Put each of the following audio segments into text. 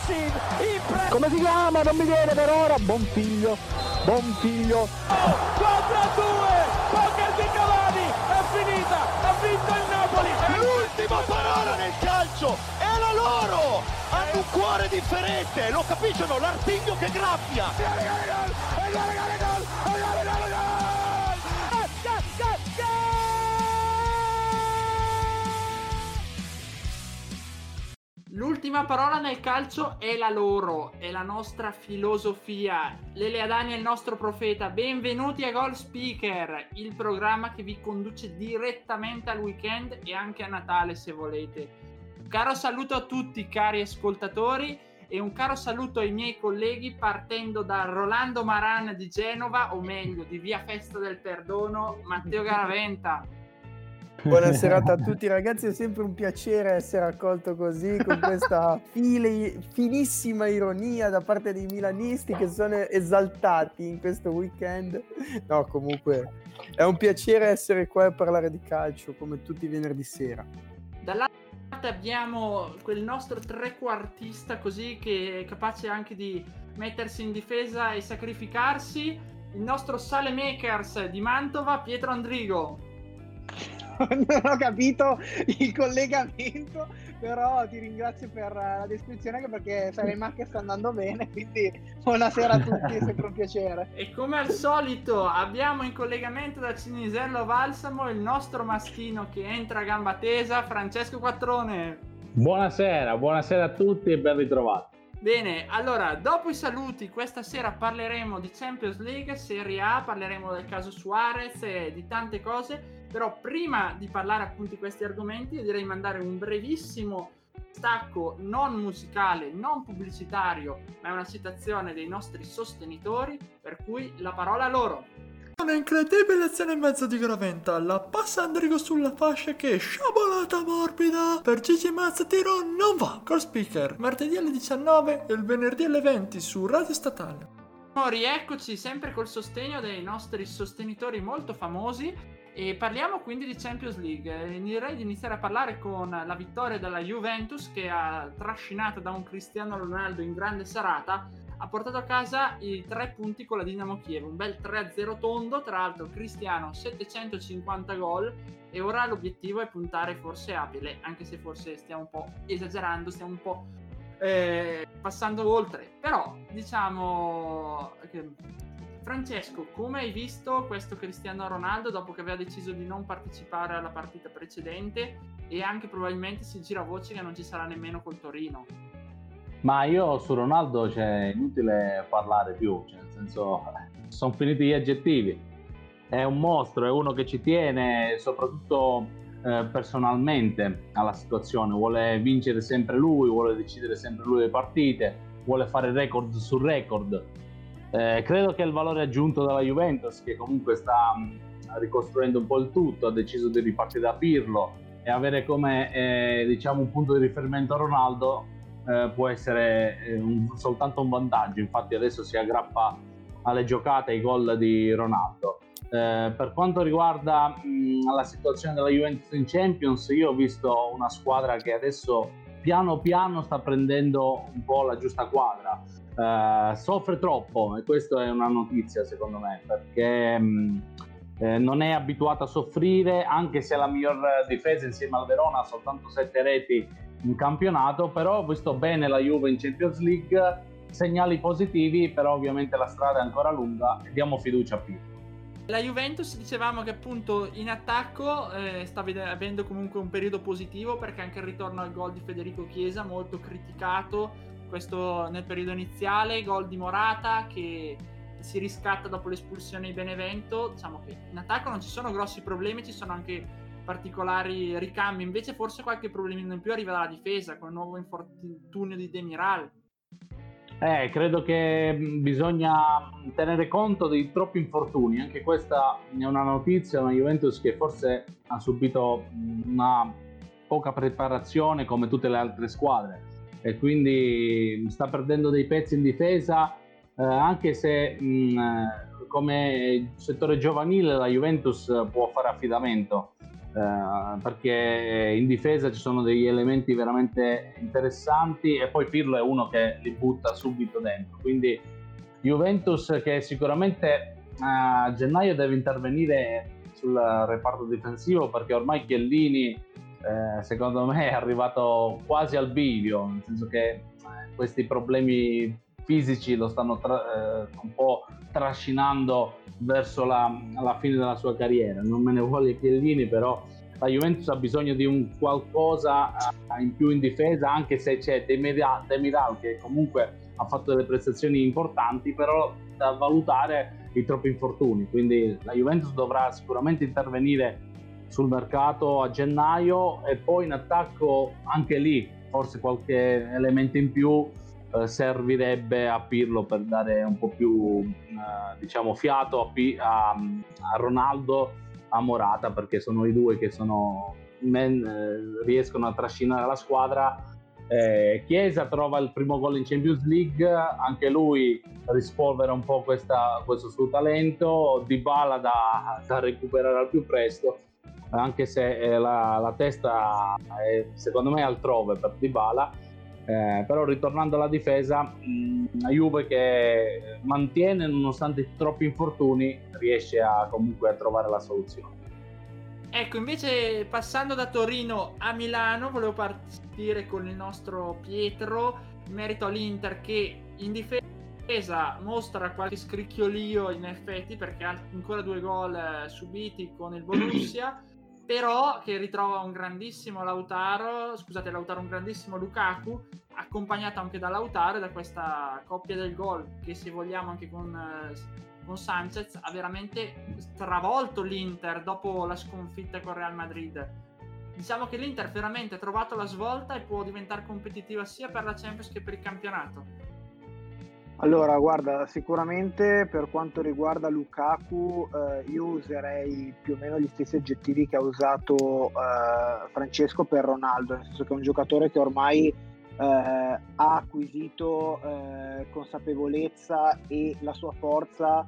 pressing, come si chiama? Non mi viene per ora. Bonfiglio. 4-2, poker di Cavani, è finita, ha vinto il Napoli. È l'ultima parola nel calcio, è la loro, hanno un cuore differente, lo capiscono, l'artiglio che graffia. L'ultima parola nel calcio è la loro, è la nostra filosofia. Lele Adani è il nostro profeta. Benvenuti a Goal Speaker, il programma che vi conduce direttamente al weekend e anche a Natale se volete. Un caro saluto a tutti cari ascoltatori e un caro saluto ai miei colleghi partendo da Rolando Maran di Genova, o meglio di Via Festa del Perdono, Matteo Garaventa. Buonasera a tutti ragazzi, è sempre un piacere essere accolto così con questa finissima ironia da parte dei milanisti che sono esaltati in questo weekend. No, comunque è un piacere essere qua a parlare di calcio come tutti i venerdì sera. Dall'altra parte abbiamo quel nostro trequartista così che è capace anche di mettersi in difesa e sacrificarsi, il nostro Salemakers di Mantova, Pietro Andrigo. Non ho capito il collegamento, però ti ringrazio per la descrizione, anche perché Salemakers sta andando bene, quindi buonasera a tutti, è sempre un piacere. E come al solito abbiamo in collegamento da Cinisello Valsamo il nostro maschino che entra a gamba tesa, Francesco Quattrone. Buonasera a tutti e ben ritrovati. Bene, allora, dopo i saluti, questa sera parleremo di Champions League, Serie A, parleremo del caso Suarez e di tante cose, però prima di parlare appunto di questi argomenti io direi mandare un brevissimo stacco non musicale, non pubblicitario, ma è una citazione dei nostri sostenitori, per cui la parola a loro. Un'incredibile azione in mezzo di Graventa, la passa Andrigo sulla fascia che sciabolata morbida per Gigi Mazza tiro non va. Goal Speaker, martedì alle 19 e il venerdì alle 20 su Radio Statale. Rieccoci sempre col sostegno dei nostri sostenitori molto famosi e parliamo quindi di Champions League. Direi di iniziare a parlare con la vittoria della Juventus che ha trascinato da un Cristiano Ronaldo in grande serata, ha portato a casa i 3 punti con la Dinamo Kiev, un bel 3-0 tondo, tra l'altro Cristiano 750 gol e ora l'obiettivo è puntare forse a Pelé, anche se forse stiamo un po' esagerando, stiamo un po' passando oltre, però diciamo che Francesco, come hai visto questo Cristiano Ronaldo dopo che aveva deciso di non partecipare alla partita precedente e anche probabilmente si gira voce che non ci sarà nemmeno col Torino? Ma io su Ronaldo c'è inutile parlare più, cioè nel senso sono finiti gli aggettivi, è un mostro, è uno che ci tiene soprattutto personalmente alla situazione, vuole vincere sempre lui, vuole decidere sempre lui le partite, vuole fare record su record. Credo che il valore aggiunto dalla Juventus, che comunque sta ricostruendo un po' il tutto, ha deciso di ripartire da Pirlo e avere come diciamo un punto di riferimento a Ronaldo può essere soltanto un vantaggio. Infatti adesso si aggrappa alle giocate, ai gol di Ronaldo. Per quanto riguarda la situazione della Juventus in Champions, io ho visto una squadra che adesso piano piano sta prendendo un po' la giusta quadra, soffre troppo e questa è una notizia secondo me, perché non è abituata a soffrire, anche se la miglior difesa insieme al Verona ha soltanto 7 reti in campionato, però ho visto bene la Juve in Champions League, segnali positivi, però ovviamente la strada è ancora lunga e diamo fiducia a Pirlo. La Juventus dicevamo che appunto in attacco sta avendo comunque un periodo positivo, perché anche il ritorno al gol di Federico Chiesa molto criticato questo nel periodo iniziale, gol di Morata che si riscatta dopo l'espulsione di Benevento. Diciamo che in attacco non ci sono grossi problemi, ci sono anche particolari ricambi, invece forse qualche problemino in più arriva dalla difesa con il nuovo infortunio di Demiral. Credo che bisogna tenere conto di troppi infortuni, anche questa è una notizia, una Juventus che forse ha subito una poca preparazione come tutte le altre squadre e quindi sta perdendo dei pezzi in difesa, anche se come settore giovanile la Juventus può fare affidamento. perché in difesa ci sono degli elementi veramente interessanti e poi Pirlo è uno che li butta subito dentro, quindi Juventus che sicuramente a gennaio deve intervenire sul reparto difensivo, perché ormai Chiellini secondo me è arrivato quasi al bivio, nel senso che questi problemi fisici lo stanno un po' trascinando verso la fine della sua carriera. Non me ne vuole Chiellini, però la Juventus ha bisogno di un qualcosa in più in difesa, anche se c'è Demiral che comunque ha fatto delle prestazioni importanti, però da valutare i troppi infortuni, quindi la Juventus dovrà sicuramente intervenire sul mercato a gennaio, e poi in attacco anche lì forse qualche elemento in più servirebbe a Pirlo per dare un po' più diciamo fiato a Ronaldo, a Morata, perché sono i due che riescono a trascinare la squadra. Chiesa trova il primo gol in Champions League, anche lui rispolvera un po' questo suo talento. Dybala da recuperare al più presto, anche se la testa è secondo me altrove per Dybala. Però ritornando alla difesa, la Juve che mantiene, nonostante troppi infortuni, riesce comunque a trovare la soluzione. Ecco, invece passando da Torino a Milano, volevo partire con il nostro Pietro in merito all'Inter, che in difesa mostra qualche scricchiolio in effetti, perché ha ancora 2 gol subiti con il Borussia, però che ritrova un grandissimo un grandissimo Lukaku, accompagnato anche da Lautaro, e da questa coppia del gol che, se vogliamo, anche con Sanchez ha veramente stravolto l'Inter dopo la sconfitta con Real Madrid. Diciamo che l'Inter veramente ha trovato la svolta e può diventare competitiva sia per la Champions che per il campionato. Allora, guarda, sicuramente per quanto riguarda Lukaku, io userei più o meno gli stessi aggettivi che ha usato Francesco per Ronaldo, nel senso che è un giocatore che ormai ha acquisito consapevolezza e la sua forza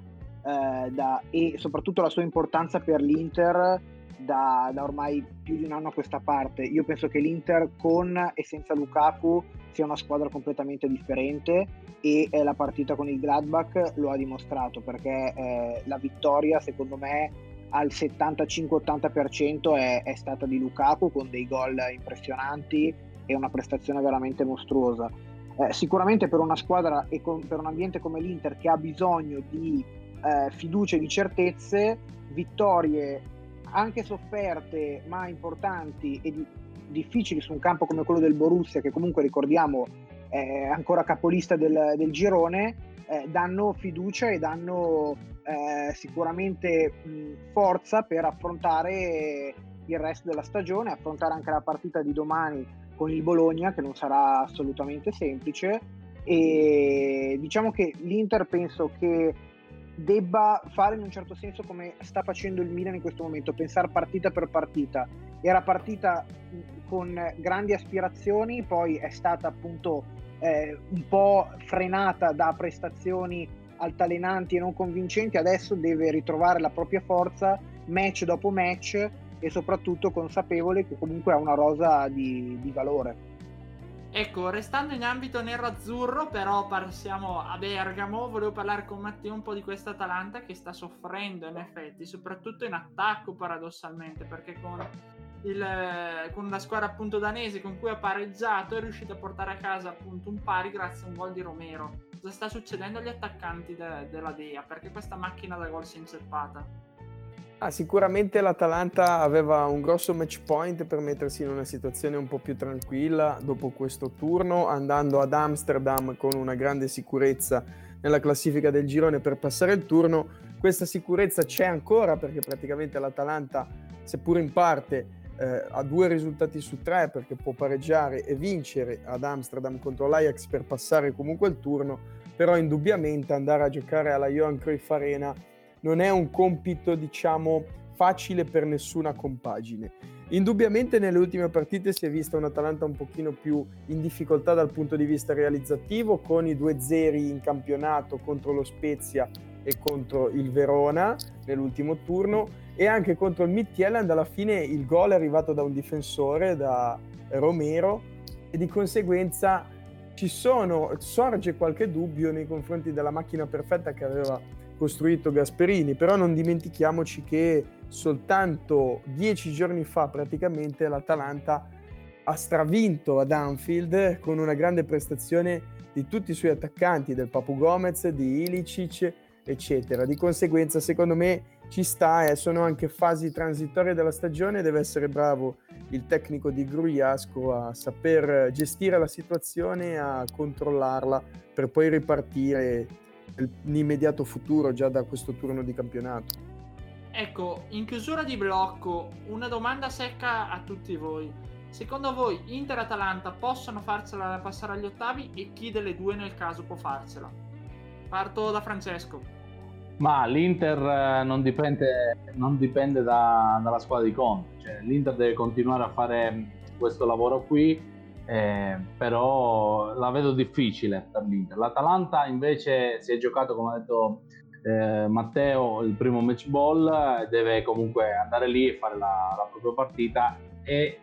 e soprattutto la sua importanza per l'Inter da ormai più di un anno a questa parte. Io penso che l'Inter con e senza Lukaku sia una squadra completamente differente, e la partita con il Gladbach lo ha dimostrato, perché la vittoria secondo me al 75-80% è stata di Lukaku, con dei gol impressionanti e una prestazione veramente mostruosa. Sicuramente per una squadra e per un ambiente come l'Inter, che ha bisogno di fiducia e di certezze, vittorie anche sofferte ma importanti e difficili su un campo come quello del Borussia, che comunque ricordiamo è ancora capolista del girone, danno fiducia e danno sicuramente forza per affrontare il resto della stagione, affrontare anche la partita di domani con il Bologna, che non sarà assolutamente semplice. E diciamo che l'Inter penso che debba fare in un certo senso come sta facendo il Milan in questo momento, pensare partita per partita. Era partita con grandi aspirazioni, poi è stata appunto un po' frenata da prestazioni altalenanti e non convincenti. Adesso deve ritrovare la propria forza match dopo match, e soprattutto consapevole che comunque ha una rosa di valore. Ecco, restando in ambito nero-azzurro, però passiamo a Bergamo. Volevo parlare con Matteo un po' di questa Atalanta che sta soffrendo in effetti, soprattutto in attacco paradossalmente, perché con la squadra appunto danese con cui ha pareggiato è riuscito a portare a casa appunto un pari grazie a un gol di Romero. Cosa sta succedendo agli attaccanti della Dea? Perché questa macchina da gol si è inceppata? Sicuramente l'Atalanta aveva un grosso match point per mettersi in una situazione un po' più tranquilla dopo questo turno, andando ad Amsterdam con una grande sicurezza nella classifica del girone per passare il turno. Questa sicurezza c'è ancora, perché praticamente l'Atalanta, seppur in parte ha 2 risultati su 3, perché può pareggiare e vincere ad Amsterdam contro l'Ajax per passare comunque il turno, però indubbiamente andare a giocare alla Johan Cruyff Arena non è un compito, diciamo, facile per nessuna compagine. Indubbiamente nelle ultime partite si è vista un'Atalanta un pochino più in difficoltà dal punto di vista realizzativo, con i 2-0 in campionato contro lo Spezia e contro il Verona nell'ultimo turno, e anche contro il Midtjylland alla fine il gol è arrivato da un difensore, da Romero, e di conseguenza sorge qualche dubbio nei confronti della macchina perfetta che aveva costruito Gasperini. Però non dimentichiamoci che soltanto 10 giorni fa praticamente l'Atalanta ha stravinto ad Anfield con una grande prestazione di tutti i suoi attaccanti, del Papu Gomez, di Ilicic, eccetera. Di conseguenza secondo me ci sta, sono anche fasi transitorie della stagione, deve essere bravo il tecnico di Grugliasco a saper gestire la situazione, a controllarla per poi ripartire nell'immediato futuro già da questo turno di campionato. Ecco, in chiusura di blocco, una domanda secca a tutti voi. Secondo voi Inter-Atalanta possono farcela passare agli ottavi, e chi delle due nel caso può farcela? Parto da Francesco. Ma l'Inter non dipende dalla squadra di Conte, cioè, l'Inter deve continuare a fare questo lavoro qui, però la vedo difficile per l'Inter. L'Atalanta invece si è giocato, come ha detto Matteo, il primo match ball, deve comunque andare lì e fare la propria partita e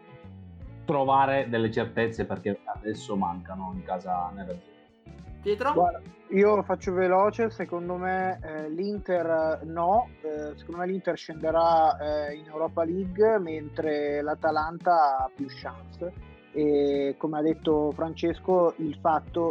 trovare delle certezze, perché adesso mancano in casa nerazzurra. Pietro? Guarda, io faccio veloce, secondo me l'Inter secondo me l'Inter scenderà in Europa League, mentre l'Atalanta ha più chance, e come ha detto Francesco, il fatto,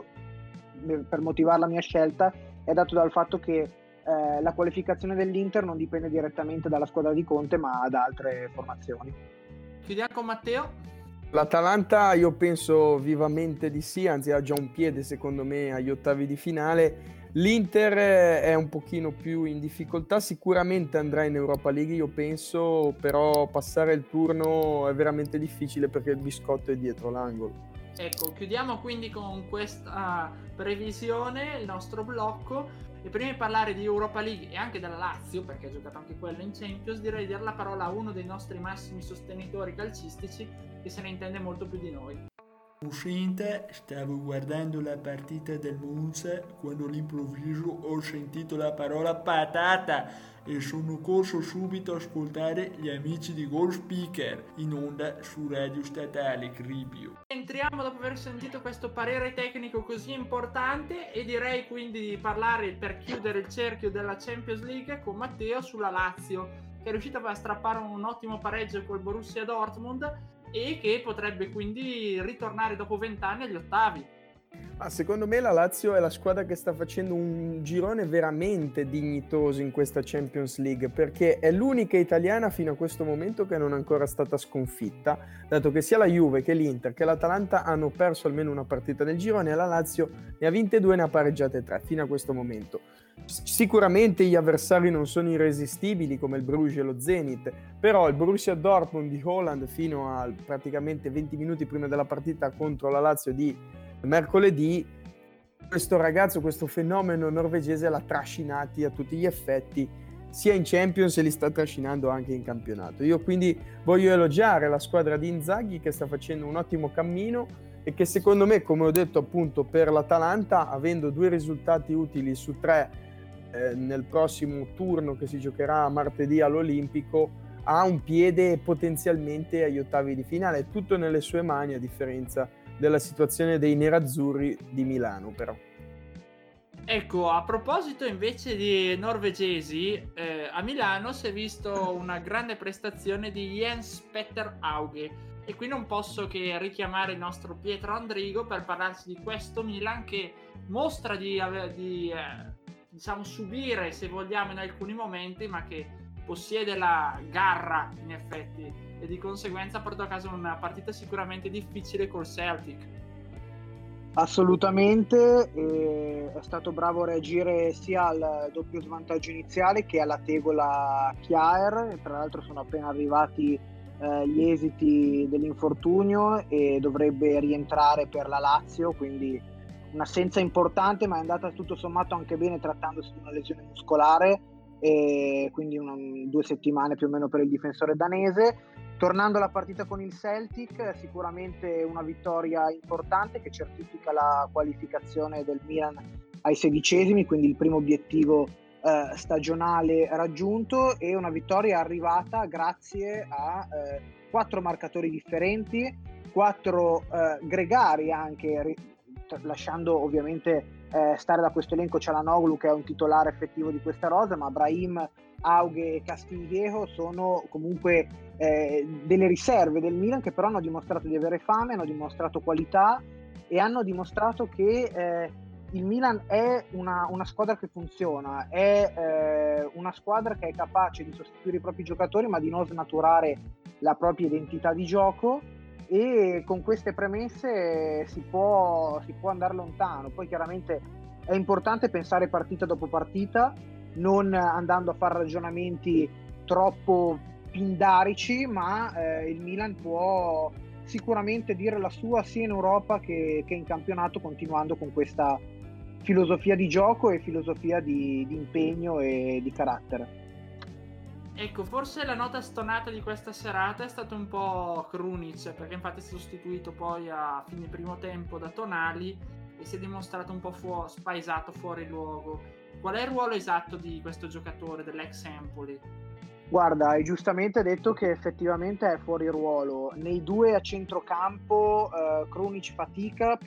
per motivare la mia scelta, è dato dal fatto che la qualificazione dell'Inter non dipende direttamente dalla squadra di Conte, ma da altre formazioni. Chiudiamo con Matteo. L'Atalanta io penso vivamente di sì, anzi ha già un piede secondo me agli ottavi di finale. L'Inter è un pochino più in difficoltà, sicuramente andrà in Europa League io penso, però passare il turno è veramente difficile perché il biscotto è dietro l'angolo. Ecco, chiudiamo quindi con questa previsione il nostro blocco, e prima di parlare di Europa League e anche della Lazio, perché ha giocato anche quello in Champions, direi di dare la parola a uno dei nostri massimi sostenitori calcistici che se ne intende molto più di noi. Uscente, stavo guardando la partita del Monza quando all'improvviso ho sentito la parola patata e sono corso subito a ascoltare gli amici di Goal Speaker in onda su Radio Statale Cribio. Entriamo dopo aver sentito questo parere tecnico così importante, e direi quindi di parlare, per chiudere il cerchio della Champions League, con Matteo sulla Lazio, che è riuscita a strappare un ottimo pareggio col Borussia Dortmund e che potrebbe quindi ritornare dopo 20 anni agli ottavi. Secondo me la Lazio è la squadra che sta facendo un girone veramente dignitoso in questa Champions League, perché è l'unica italiana fino a questo momento che non è ancora stata sconfitta, dato che sia la Juve che l'Inter che l'Atalanta hanno perso almeno una partita nel girone, e la Lazio ne ha vinte 2 e ne ha pareggiate 3 fino a questo momento. Sicuramente gli avversari non sono irresistibili come il Bruges e lo Zenit, però il Borussia Dortmund di Haaland fino a praticamente 20 minuti prima della partita contro la Lazio di mercoledì, questo ragazzo, questo fenomeno norvegese l'ha trascinati a tutti gli effetti sia in Champions e li sta trascinando anche in campionato. Io quindi voglio elogiare la squadra di Inzaghi che sta facendo un ottimo cammino e che secondo me, come ho detto appunto per l'Atalanta, avendo 2 risultati utili su 3 nel prossimo turno che si giocherà martedì all'Olimpico, ha un piede potenzialmente agli ottavi di finale. È tutto nelle sue mani, a differenza della situazione dei nerazzurri di Milano. Però ecco, a proposito invece di norvegesi, a Milano si è visto una grande prestazione di Jens Petter Hauge, e qui non posso che richiamare il nostro Pietro Andrigo per parlarci di questo Milan che mostra di diciamo subire, se vogliamo, in alcuni momenti, ma che possiede la garra in effetti, e di conseguenza portò a casa una partita sicuramente difficile col Celtic. Assolutamente, è stato bravo a reagire sia al doppio svantaggio iniziale che alla tegola Kjaer. Tra l'altro sono appena arrivati gli esiti dell'infortunio e dovrebbe rientrare per la Lazio, quindi un'assenza importante, ma è andata tutto sommato anche bene trattandosi di una lesione muscolare, e quindi 2 settimane più o meno per il difensore danese. Tornando alla partita con il Celtic, sicuramente una vittoria importante che certifica la qualificazione del Milan ai 16esimi, quindi il primo obiettivo stagionale raggiunto, e una vittoria arrivata grazie a 4 marcatori differenti, 4 gregari anche, lasciando ovviamente stare da questo elenco Çalhanoğlu, che è un titolare effettivo di questa rosa, ma Brahim, Auge e Castillejo sono comunque delle riserve del Milan, che però hanno dimostrato di avere fame, hanno dimostrato qualità e hanno dimostrato che il Milan è una squadra che funziona, è una squadra che è capace di sostituire i propri giocatori ma di non snaturare la propria identità di gioco, e con queste premesse si può andare lontano. Poi chiaramente è importante pensare partita dopo partita, non andando a fare ragionamenti troppo pindarici, ma il Milan può sicuramente dire la sua sia in Europa che in campionato, continuando con questa filosofia di gioco e filosofia di impegno e di carattere. Ecco, forse la nota stonata di questa serata è stato un po' Krunic, perché infatti è sostituito poi a fine primo tempo da Tonali e si è dimostrato un po' spaesato, fuori luogo. Qual è il ruolo esatto di questo giocatore dell'ex Empoli? Guarda, hai giustamente detto che effettivamente è fuori ruolo. Nei 2 a centrocampo Krunic fatica,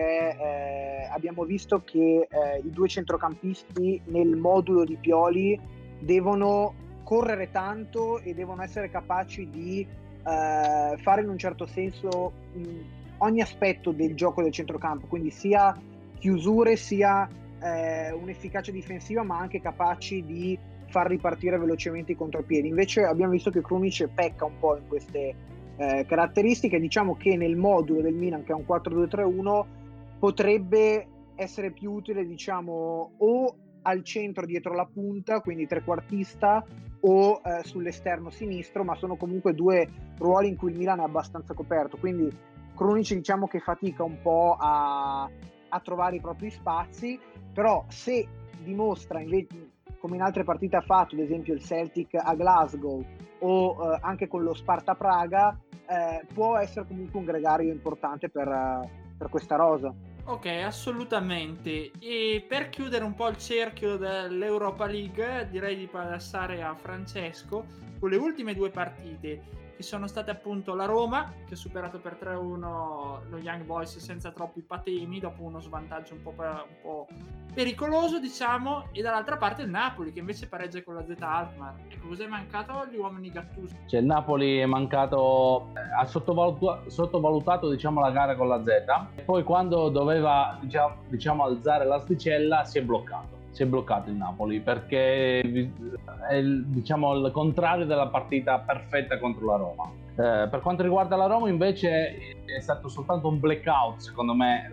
perché abbiamo visto che i 2 centrocampisti nel modulo di Pioli devono correre tanto e devono essere capaci di fare in un certo senso ogni aspetto del gioco del centrocampo, quindi sia chiusure sia un'efficacia difensiva, ma anche capaci di far ripartire velocemente i contropiedi. Invece abbiamo visto che Krunic pecca un po' in queste caratteristiche. Diciamo che nel modulo del Milan, che è un 4-2-3-1, potrebbe essere più utile, diciamo, o al centro dietro la punta, quindi trequartista, o sull'esterno sinistro, ma sono comunque 2 ruoli in cui il Milan è abbastanza coperto, quindi Krunic diciamo che fatica un po' a trovare i propri spazi, però se dimostra invece, come in altre partite ha fatto, ad esempio il Celtic a Glasgow o anche con lo Sparta Praga, può essere comunque un gregario importante per questa rosa. Ok, assolutamente. E per chiudere un po' il cerchio dell'Europa League, direi di passare a Francesco con le ultime 2 partite, che sono state appunto la Roma, che ha superato per 3-1 lo Young Boys senza troppi patemi, dopo uno svantaggio un po' pericoloso, diciamo, e dall'altra parte il Napoli, che invece pareggia con la Z Alkmaar. Ecco, cos'è mancato agli uomini Gattuso? Cioè, il Napoli è mancato, ha sottovalutato diciamo la gara con la Z, e poi quando doveva diciamo alzare l'asticella si è bloccato il Napoli, perché è diciamo il contrario della partita perfetta contro la Roma. Per quanto riguarda la Roma invece è stato soltanto un blackout secondo me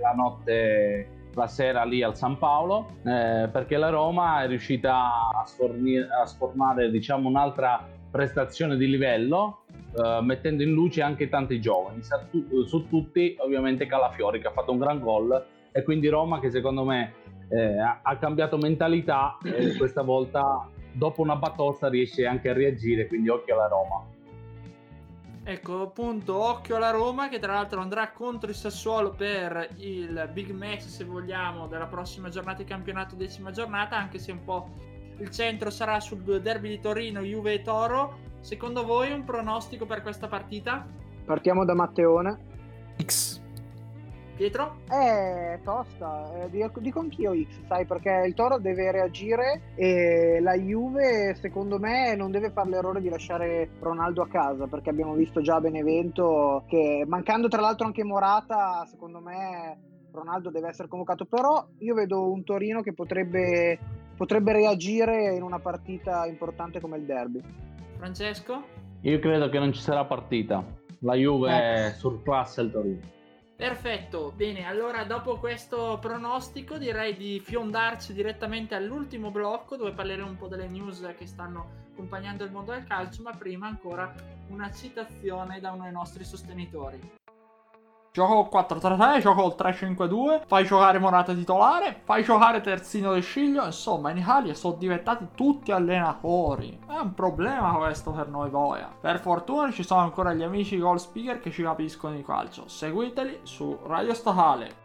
la sera lì al San Paolo, perché la Roma è riuscita a sfornare diciamo un'altra prestazione di livello, mettendo in luce anche tanti giovani, su tutti ovviamente Calafiori, che ha fatto un gran gol, e quindi Roma che secondo me ha cambiato mentalità e questa volta dopo una batosta riesce anche a reagire, quindi occhio alla Roma. Ecco, appunto, occhio alla Roma, che tra l'altro andrà contro il Sassuolo per il big match, se vogliamo, della prossima giornata di campionato, 10ª giornata, anche se un po' il centro sarà sul derby di Torino, Juve e Toro. Secondo voi un pronostico per questa partita? Partiamo da Matteone. X. Pietro? Tosta, dico anch'io X, sai, perché il Toro deve reagire e la Juve secondo me non deve fare l'errore di lasciare Ronaldo a casa, perché abbiamo visto già a Benevento che, mancando tra l'altro anche Morata, secondo me Ronaldo deve essere convocato, però io vedo un Torino che potrebbe reagire in una partita importante come il derby. Francesco? Io credo che non ci sarà partita, la Juve surclassa il Torino. Perfetto, bene, allora dopo questo pronostico direi di fiondarci direttamente all'ultimo blocco, dove parleremo un po' delle news che stanno accompagnando il mondo del calcio, ma prima ancora una citazione da uno dei nostri sostenitori. Gioco 4-3-3, gioco il 3-5-2, fai giocare Morata titolare, fai giocare Terzino del Sciglio, insomma in Italia sono diventati tutti allenatori. È un problema questo per noi boia. Per fortuna ci sono ancora gli amici Goal Speaker che ci capiscono di calcio, seguiteli su Radio Statale.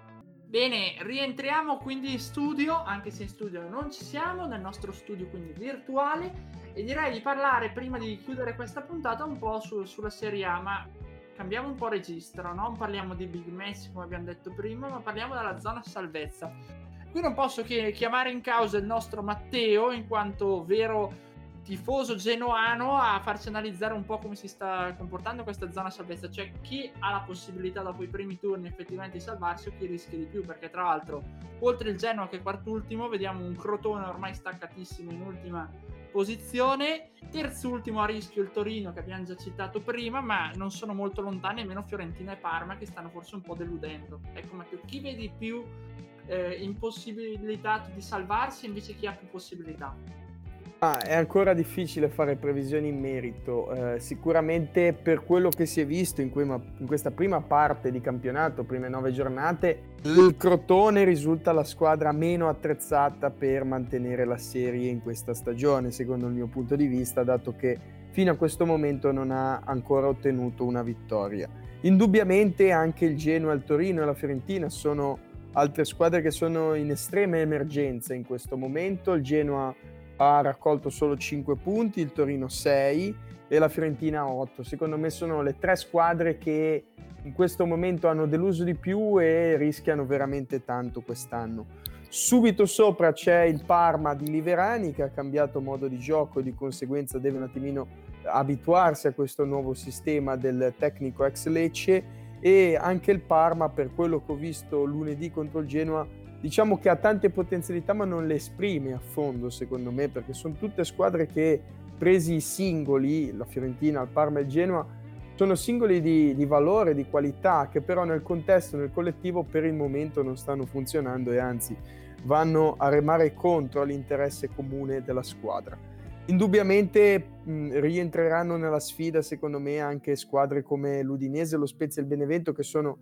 Bene, rientriamo quindi in studio, anche se in studio non ci siamo, nel nostro studio quindi virtuale, e direi di parlare, prima di chiudere questa puntata, un po' sulla Serie A, ma cambiamo un po' registro, non parliamo di big match come abbiamo detto prima, ma parliamo della zona salvezza. Qui non posso chiamare in causa il nostro Matteo, in quanto vero tifoso genoano, a farci analizzare un po' come si sta comportando questa zona salvezza, cioè chi ha la possibilità dopo i primi turni effettivamente di salvarsi o chi rischia di più, perché tra l'altro oltre il Genoa che è quart'ultimo vediamo un Crotone ormai staccatissimo in ultima posizione, terzultimo a rischio il Torino che abbiamo già citato prima, ma non sono molto lontani nemmeno Fiorentina e Parma che stanno forse un po' deludendo. Ecco Matteo, chi vedi più impossibilità di salvarsi invece chi ha più possibilità? È ancora difficile fare previsioni in merito. Sicuramente per quello che si è visto in questa prima parte di campionato, prime 9 giornate, il Crotone risulta la squadra meno attrezzata per mantenere la serie in questa stagione, secondo il mio punto di vista, dato che fino a questo momento non ha ancora ottenuto una vittoria. Indubbiamente anche il Genoa, il Torino e la Fiorentina sono altre squadre che sono in estrema emergenza in questo momento. Il Genoa ha raccolto solo 5 punti, il Torino 6 e la Fiorentina 8. Secondo me sono le 3 squadre che in questo momento hanno deluso di più e rischiano veramente tanto quest'anno. Subito sopra c'è il Parma di Liverani che ha cambiato modo di gioco e di conseguenza deve un attimino abituarsi a questo nuovo sistema del tecnico ex Lecce, e anche il Parma, per quello che ho visto lunedì contro il Genoa, diciamo che ha tante potenzialità ma non le esprime a fondo secondo me, perché sono tutte squadre che presi singoli, la Fiorentina, il Parma e il Genoa, sono singoli di valore, di qualità, che però nel contesto, nel collettivo per il momento non stanno funzionando e anzi vanno a remare contro l'interesse comune della squadra. Indubbiamente rientreranno nella sfida secondo me anche squadre come l'Udinese, lo Spezia e il Benevento che sono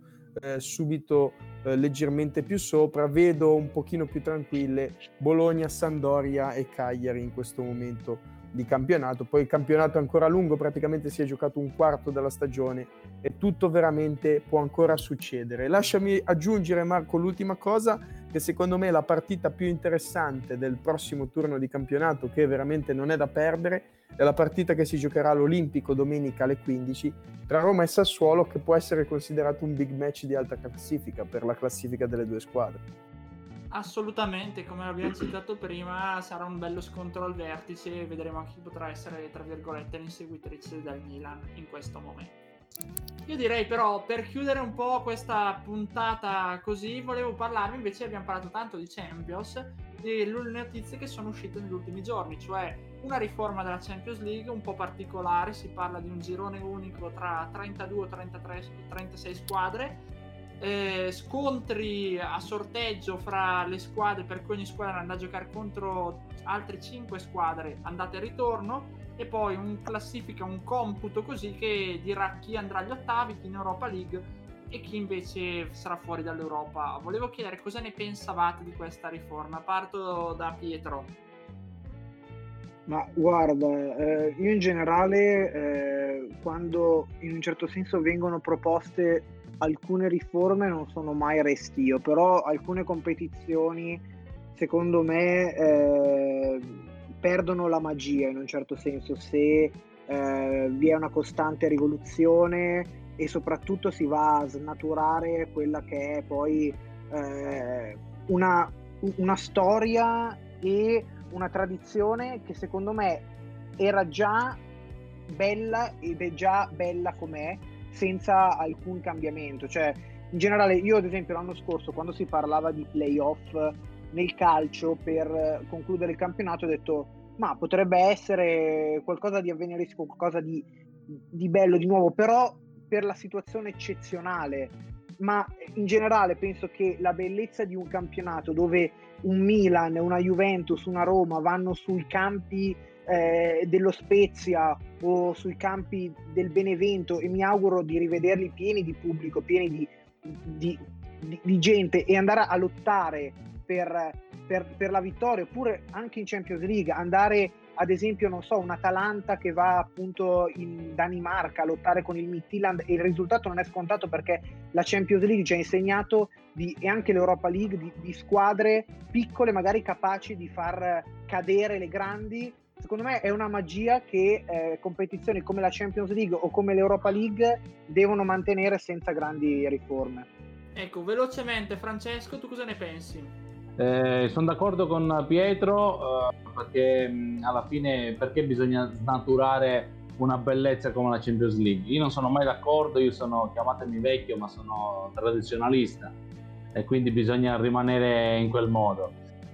subito leggermente più sopra. Vedo un pochino più tranquille Bologna, Sampdoria e Cagliari in questo momento di campionato. Poi il campionato è ancora lungo, praticamente si è giocato un quarto della stagione e tutto veramente può ancora succedere. Lasciami aggiungere, Marco, l'ultima cosa, che secondo me è la partita più interessante del prossimo turno di campionato, che veramente non è da perdere, è la partita che si giocherà all'Olimpico domenica alle 15 tra Roma e Sassuolo, che può essere considerato un big match di alta classifica per la classifica delle due squadre. Assolutamente, come abbiamo citato prima, sarà un bello scontro al vertice e vedremo anche chi potrà essere, tra virgolette, l'inseguitrice del Milan in questo momento. Io direi però, per chiudere un po' questa puntata così, volevo parlarvi, invece abbiamo parlato tanto di Champions, delle notizie che sono uscite negli ultimi giorni, cioè una riforma della Champions League un po' particolare, si parla di un girone unico tra 32, 33, 36 squadre, scontri a sorteggio fra le squadre, per cui ogni squadra andrà a giocare contro altre 5 squadre andate e ritorno, e poi un classifica, un computo così che dirà chi andrà agli ottavi, chi in Europa League e chi invece sarà fuori dall'Europa. Volevo chiedere cosa ne pensavate di questa riforma. Parto da Pietro. Ma guarda, io in generale quando in un certo senso vengono proposte alcune riforme non sono mai restio, però alcune competizioni secondo me perdono la magia in un certo senso se vi è una costante rivoluzione e soprattutto si va a snaturare quella che è poi una storia e una tradizione che secondo me era già bella ed è già bella com'è, senza alcun cambiamento. Cioè, in generale, io ad esempio l'anno scorso, quando si parlava di playoff nel calcio per concludere il campionato, ho detto ma potrebbe essere qualcosa di avveniristico, qualcosa di bello, di nuovo, però per la situazione eccezionale. Ma in generale penso che la bellezza di un campionato dove un Milan, una Juventus, una Roma vanno sui campi dello Spezia o sui campi del Benevento, e mi auguro di rivederli pieni di pubblico, pieni di gente, e andare a lottare per la vittoria, oppure anche in Champions League andare ad esempio, non so, un Atalanta che va appunto in Danimarca a lottare con il Midtjylland e il risultato non è scontato, perché la Champions League ci ha insegnato e anche l'Europa League di squadre piccole magari capaci di far cadere le grandi. Secondo me è una magia che competizioni come la Champions League o come l'Europa League devono mantenere senza grandi riforme. Ecco, velocemente Francesco, tu cosa ne pensi? Sono d'accordo con Pietro, perché alla fine perché bisogna snaturare una bellezza come la Champions League? Io non sono mai d'accordo, io sono, chiamatemi vecchio, ma sono tradizionalista e quindi bisogna rimanere in quel modo.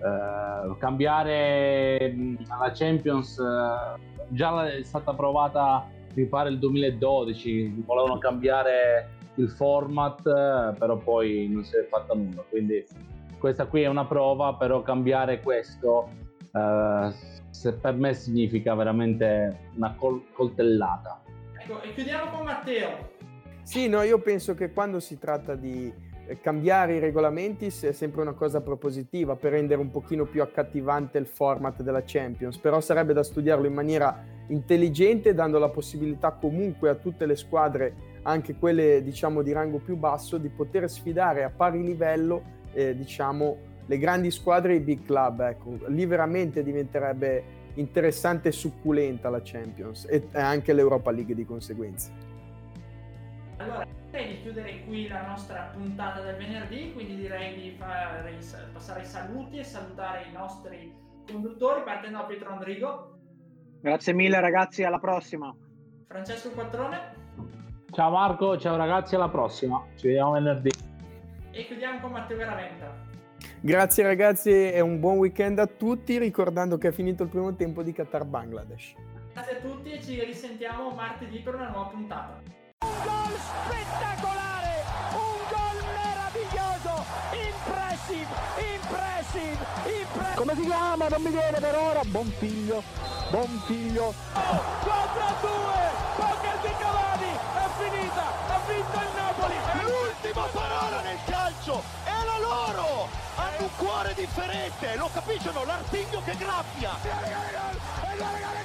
Cambiare la Champions già è stata provata, mi pare, il 2012, volevano cambiare il format, però poi non si è fatto nulla, quindi questa qui è una prova, però cambiare questo se per me significa veramente una coltellata. Ecco, e chiudiamo con Matteo. Sì, no, io penso che quando si tratta di cambiare i regolamenti sia sempre una cosa propositiva per rendere un pochino più accattivante il format della Champions, però sarebbe da studiarlo in maniera intelligente, dando la possibilità comunque a tutte le squadre, anche quelle diciamo di rango più basso, di poter sfidare a pari livello diciamo le grandi squadre e i big club. Ecco, lì veramente diventerebbe interessante e succulenta la Champions e anche l'Europa League di conseguenza. Allora, direi di chiudere qui la nostra puntata del venerdì, quindi direi di passare ai saluti e salutare i nostri conduttori, partendo da Pietro Andrigo. Grazie mille ragazzi, alla prossima. Francesco Quattrone. Ciao Marco, ciao ragazzi, alla prossima, ci vediamo venerdì. E chiudiamo con Matteo Garaventa. Grazie ragazzi e un buon weekend a tutti, ricordando che è finito il primo tempo di Qatar-Bangladesh. Grazie a tutti e ci risentiamo martedì per una nuova puntata. Un gol spettacolare, un gol meraviglioso, impressive. Come si chiama? Non mi viene per ora. Buon figlio. 4-2, poker di Cavani, è finita, ha vinto il Napoli. È l'ultima parola nel calcio, è la loro. Hanno un cuore differente, lo capiscono, l'artiglio che graffia.